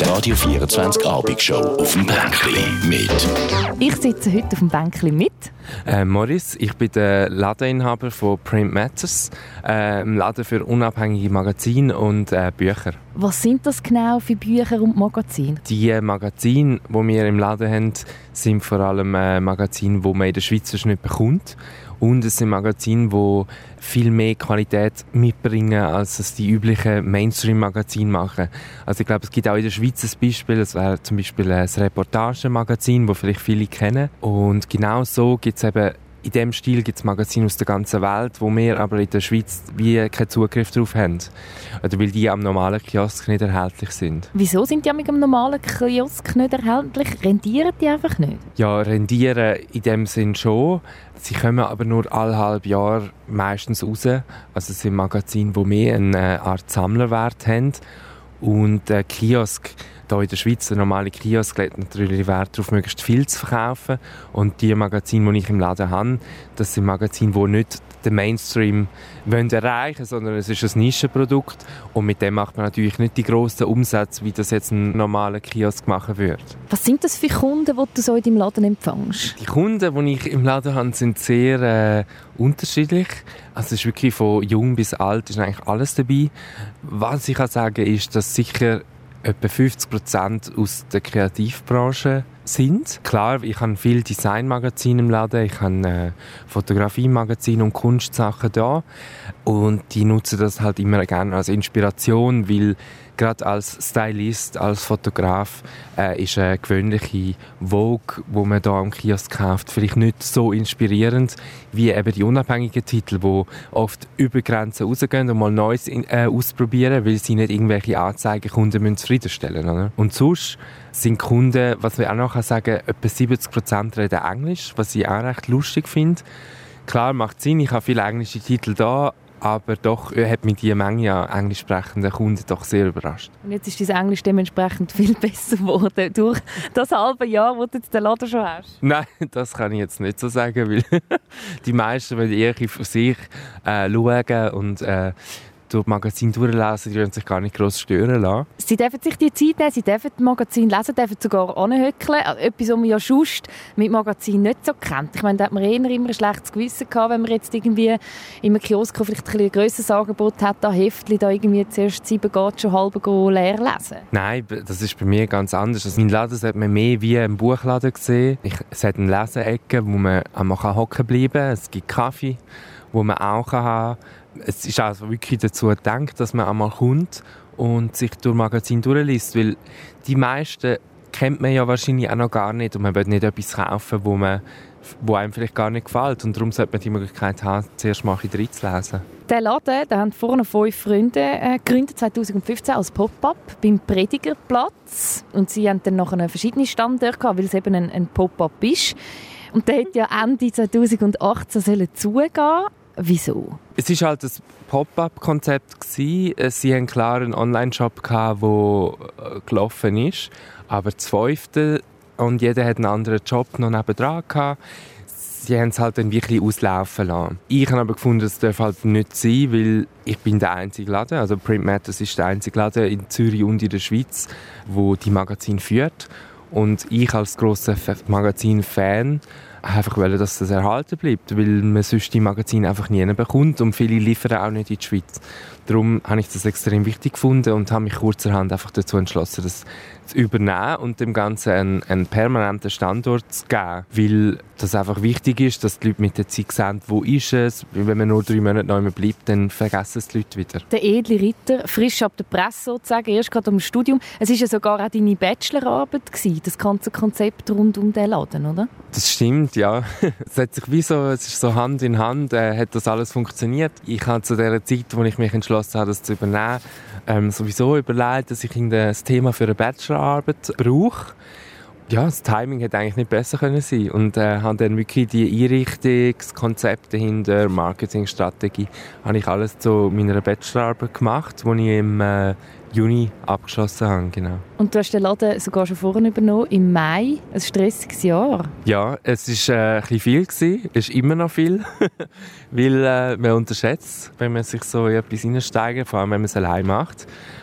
Die Radio 24 Abendshow auf dem Bänkli mit. Ich sitze heute auf dem Bänkli mit Morris, ich bin der Ladeninhaber von Print Matters, einem Laden für unabhängige Magazine und Bücher. Was sind das genau für Bücher und Magazine? Die Magazine, die wir im Laden haben, sind vor allem Magazine, die man in der Schweiz sonst nicht bekommt. Und es sind Magazine, die viel mehr Qualität mitbringen, als es die üblichen Mainstream-Magazine machen. Also ich glaube, es gibt auch in der Schweiz ein Beispiel. Es wäre zum Beispiel ein Reportagemagazin, das vielleicht viele kennen. Und genau so gibt es eben in diesem Stil gibt's Magazine aus der ganzen Welt, wo wir aber in der Schweiz wie keinen Zugriff darauf haben. Oder weil die am normalen Kiosk nicht erhältlich sind. Wieso sind die am normalen Kiosk nicht erhältlich? Rendieren die einfach nicht? Ja, rendieren in dem Sinn schon. Sie kommen aber nur alle halbe Jahr meistens raus. Also es sind Magazine, die mehr eine Art Sammlerwert haben. Und der Kiosk, hier in der Schweiz, der normale Kiosk, legt natürlich Wert darauf, möglichst viel zu verkaufen. Und die Magazine, die ich im Laden habe, das sind Magazine, die nicht den Mainstream erreichen wollen, sondern es ist ein Nischenprodukt. Und mit dem macht man natürlich nicht die grossen Umsätze, wie das jetzt ein normaler Kiosk machen würde. Was sind das für Kunden, die du so in deinem Laden empfängst? Die Kunden, die ich im Laden habe, sind sehr unterschiedlich. Also es ist wirklich von jung bis alt ist eigentlich alles dabei. Was ich kann sagen ist, dass sicher etwa 50% aus der Kreativbranche sind. Klar, ich habe viele Designmagazine im Laden, ich habe Fotografiemagazine und Kunstsachen da und die nutzen das halt immer gerne als Inspiration, weil gerade als Stylist, als Fotograf ist eine gewöhnliche Vogue, die man hier am Kiosk kauft, vielleicht nicht so inspirierend wie eben die unabhängigen Titel, die oft über Grenzen rausgehen und mal Neues ausprobieren, weil sie nicht irgendwelche Anzeigekunden zufriedenstellen müssen. Und sonst sind Kunden, was wir auch noch sagen, etwa 70% reden Englisch, was ich auch recht lustig finde. Klar, macht Sinn, ich habe viele englische Titel da, aber doch hat mich die Menge an englisch sprechenden Kunden doch sehr überrascht. Und jetzt ist dein Englisch dementsprechend viel besser geworden durch das halbe Jahr, wo du den Laden schon hast? Nein, das kann ich jetzt nicht so sagen, weil die meisten wollen eher für sich schauen und durch das Magazin durchlesen, die wollen sich gar nicht gross stören lassen. Sie dürfen sich die Zeit nehmen, sie dürfen das Magazin lesen, dürfen sogar anhöckeln. Etwas, was man ja sonst mit Magazin nicht so kennt. Ich meine, da hat man eher immer ein schlechtes Gewissen gehabt, wenn man jetzt irgendwie im Kiosk vielleicht ein grösseres Angebot hat, da Heftchen, da irgendwie zuerst 7 geht, schon halb leer lesen. Nein, das ist bei mir ganz anders. Also mein Laden hat man mehr wie ein Buchladen gesehen. Es hat eine Leseecke, wo man einmal hocken bleiben kann. Es gibt Kaffee, wo man auch haben kann. Es ist also wirklich dazu gedacht, dass man einmal kommt und sich durch Magazin durchliest, weil die meisten kennt man ja wahrscheinlich auch noch gar nicht und man will nicht etwas kaufen, wo einem vielleicht gar nicht gefällt und darum sollte man die Möglichkeit haben, zuerst mal reinzulesen. Der Laden, den haben vorne 5 Freunde gegründet, 2015 als Pop-up beim Predigerplatz und sie haben dann nachher verschiedene Standorte gehabt, weil es eben ein Pop-up ist und der hat ja Ende 2018 zugehen. Wieso? Es war halt ein Pop-up-Konzept. Sie hatten klar einen Online-Shop, der gelaufen ist, aber das 5. und jeder hat einen anderen Job noch nebendran gehabt. Sie haben es halt dann wirklich auslaufen lassen. Ich habe aber gefunden, das darf halt nicht sein, weil ich bin der einzige Laden, also Print Matters ist der einzige Laden in Zürich und in der Schweiz, wo die Magazin führt. Und ich als grosser Magazin-Fan einfach wollen, dass das erhalten bleibt, weil man sonst die Magazine einfach nie bekommt und viele liefern auch nicht in die Schweiz. Darum habe ich das extrem wichtig gefunden und habe mich kurzerhand einfach dazu entschlossen, das zu übernehmen und dem Ganzen einen permanenten Standort zu geben, weil das einfach wichtig ist, dass die Leute mit der Zeit sehen, wo ist es. Wenn man nur 3 Monate neu bleibt, dann vergessen es die Leute wieder. Der edle Ritter, frisch ab der Presse sozusagen, erst gerade am Studium. Es war ja sogar auch deine Bachelorarbeit gewesen, das ganze Konzept rund um den Laden, oder? Das stimmt, ja. Es ist so Hand in Hand, hat das alles funktioniert. Ich habe zu der Zeit, wo ich mich entschlossen habe, das zu übernehmen, sowieso überlegt, dass ich das Thema für eine Bachelorarbeit brauche. Ja, das Timing hätte eigentlich nicht besser können sein und habe dann wirklich die Einrichtung, das Konzept dahinter, Marketingstrategie, habe ich alles zu meiner Bachelorarbeit gemacht, die ich im Juni abgeschlossen habe, genau. Und du hast den Laden sogar schon vorhin übernommen, im Mai, ein stressiges Jahr. Ja, es war ein bisschen viel gewesen. Es ist immer noch viel, weil man unterschätzt, wenn man sich so in etwas hineinsteigt, vor allem wenn man es allein macht.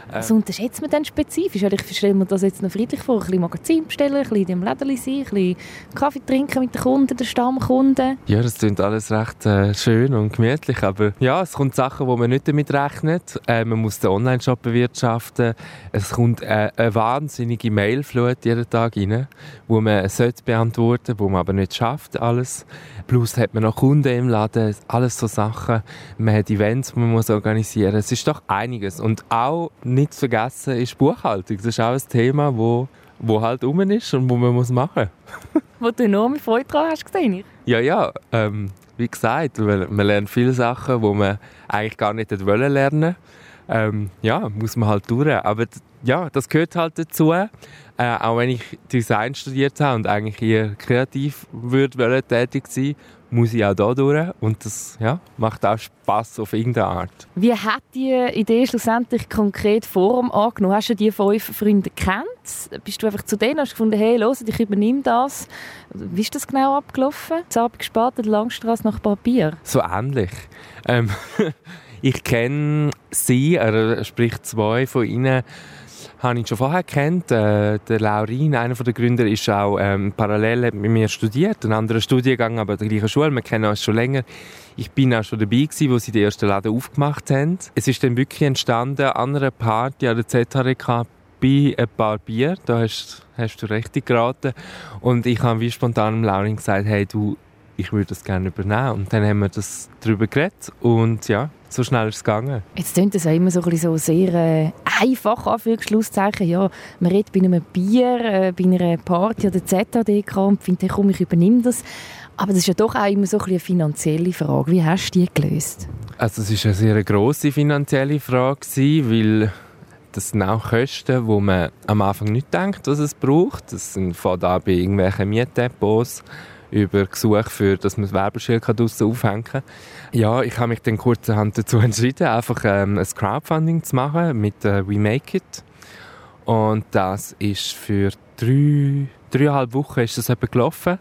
Was unterschätzt man denn spezifisch? Ich stelle mir das jetzt noch friedlich vor, ein bisschen Magazin bestellen, ein bisschen im Läden sein, ein bisschen Kaffee trinken mit den Kunden, den Stammkunden. Ja, das klingt alles recht schön und gemütlich, aber ja, es kommt Sachen, wo man nicht damit rechnet. Man muss den Online-Shop bewirtschaften. Es kommt eine wahnsinnige Mailflut jeden Tag rein, wo man sollte beantworten, wo man aber nicht schafft, alles. Plus hat man noch Kunden im Laden, alles so Sachen. Man hat Events, die man muss organisieren muss. Es ist doch einiges. Und auch nicht zu vergessen ist Buchhaltung. Das ist auch ein Thema, wo halt rum ist und wo man muss machen muss. Wo du enorme Freude daran hast, gesehen? Ja. Wie gesagt, man lernt viele Sachen, die man eigentlich gar nicht lernen wollte. Muss man halt durch. Aber ja, das gehört halt dazu. Auch wenn ich Design studiert habe und eigentlich eher kreativ tätig sein, muss ich auch da durch. Und das macht auch Spass auf irgendeine Art. Wie hat die Idee schlussendlich konkret Form angenommen? Hast du die 5 Freunde gekannt? Bist du einfach zu denen, hast gefunden, hey, hört, ich übernehme das? Wie ist das genau abgelaufen? Das Abend gespart an der Langstrasse nach Papier? So ähnlich. Ich kenne sie, sprich 2 von ihnen, habe ich schon vorher gekannt. Der Laurin, einer der Gründer, ist auch parallel mit mir studiert, einen anderen Studiengang, aber an der gleichen Schule. Wir kennen uns schon länger. Ich bin auch schon dabei gewesen, wo sie den ersten Laden aufgemacht haben. Es ist dann wirklich entstanden an einer Party an der ZHRK bei ein paar Bier. Da hast du richtig geraten. Und ich habe wie spontan dem Laurin gesagt, hey du, ich würde das gerne übernehmen. Und dann haben wir darüber geredet und ja, so schnell ist es gegangen. Jetzt klingt das auch immer so sehr einfach, Anführungszeichen. Ja, man redet bei einem Bier, bei einer Party an der ZHDK und findet, hey, komm, ich übernehme das. Aber das ist ja doch auch immer so eine finanzielle Frage. Wie hast du die gelöst? Also es war eine sehr grosse finanzielle Frage, weil das sind auch Kosten, die man am Anfang nicht denkt, was es braucht. Das sind von da bei irgendwelchen Mietdepots über Gesuche, dass man das Werbeschild draussen aufhängen kann. Ja, ich habe mich dann kurzerhand dazu entschieden, einfach ein Crowdfunding zu machen mit We Make It. Und das ist für 3,5 Wochen ist das etwa gelaufen.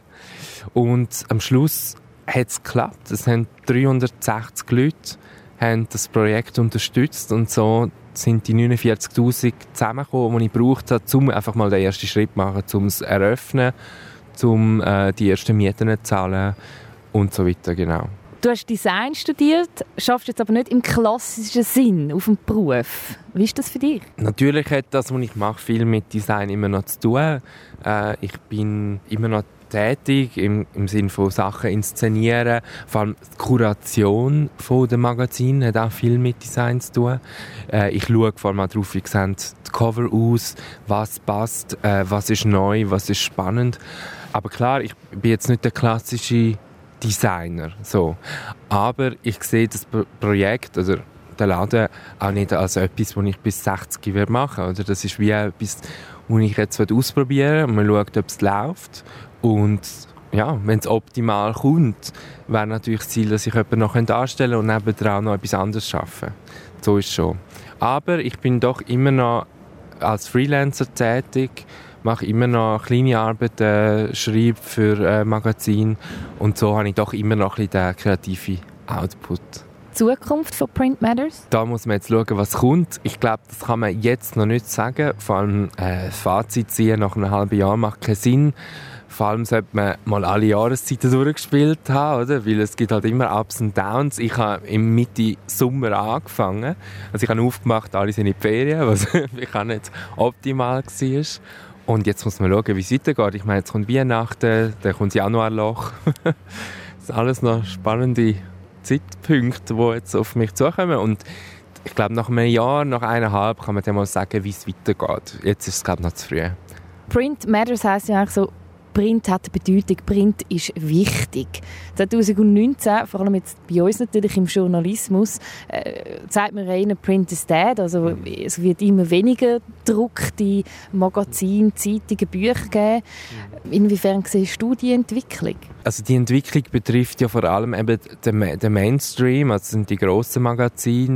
Und am Schluss hat es geklappt. Es haben 360 Leute haben das Projekt unterstützt und so sind die 49'000 zusammengekommen, die ich gebraucht habe, um einfach mal den ersten Schritt zu machen, um es zu eröffnen, um die ersten Mieten zu zahlen und so weiter, genau. Du hast Design studiert, schaffst jetzt aber nicht im klassischen Sinn auf dem Beruf. Wie ist das für dich? Natürlich hat das, was ich mache, viel mit Design immer noch zu tun. Ich bin immer noch tätig im Sinne von Sachen inszenieren. Vor allem die Kuration der Magazine hat auch viel mit Design zu tun. Ich schaue vor allem darauf, wie sehen die Cover aus, was passt, was ist neu, was ist spannend. Aber klar, ich bin jetzt nicht der klassische Designer. So. Aber ich sehe das Projekt, oder den Laden, auch nicht als etwas, das ich bis 60 machen werde. Das ist wie etwas, das ich jetzt ausprobieren will. Man schaut, ob es läuft. Und ja, wenn es optimal kommt, wäre natürlich das Ziel, dass ich jemanden noch anstellen und nebenan noch etwas anderes arbeiten. So ist es schon. Aber ich bin doch immer noch als Freelancer tätig, mache immer noch kleine Arbeiten, schreibe für Magazine und so habe ich doch immer noch ein bisschen den kreativen Output. Zukunft von Print Matters? Da muss man jetzt schauen, was kommt. Ich glaube, das kann man jetzt noch nicht sagen. Vor allem Fazit ziehen nach einem halben Jahr macht keinen Sinn. Vor allem sollte man mal alle Jahreszeiten durchgespielt haben, oder? Weil es gibt halt immer Ups und Downs. Ich habe im Mitte Sommer angefangen. Also ich habe aufgemacht, alle sind in die Ferien, was ich auch nicht optimal war. Und jetzt muss man schauen, wie es weitergeht. Ich meine, jetzt kommt Weihnachten, dann kommt das Januarloch. Das sind alles noch spannende Zeitpunkte, die jetzt auf mich zukommen. Und ich glaube, nach einem Jahr, nach 1,5, kann man dann mal sagen, wie es weitergeht. Jetzt ist es, glaube ich, noch zu früh. Print Matters heisst ja eigentlich so, Print hat eine Bedeutung, Print ist wichtig. 2019, vor allem jetzt bei uns natürlich im Journalismus, sagt man eher, Print is dead. Also es wird immer weniger gedruckte Magazine, Zeitungen, Bücher geben. Inwiefern siehst du die Entwicklung? Also die Entwicklung betrifft ja vor allem eben den Mainstream, also sind die grossen Magazine,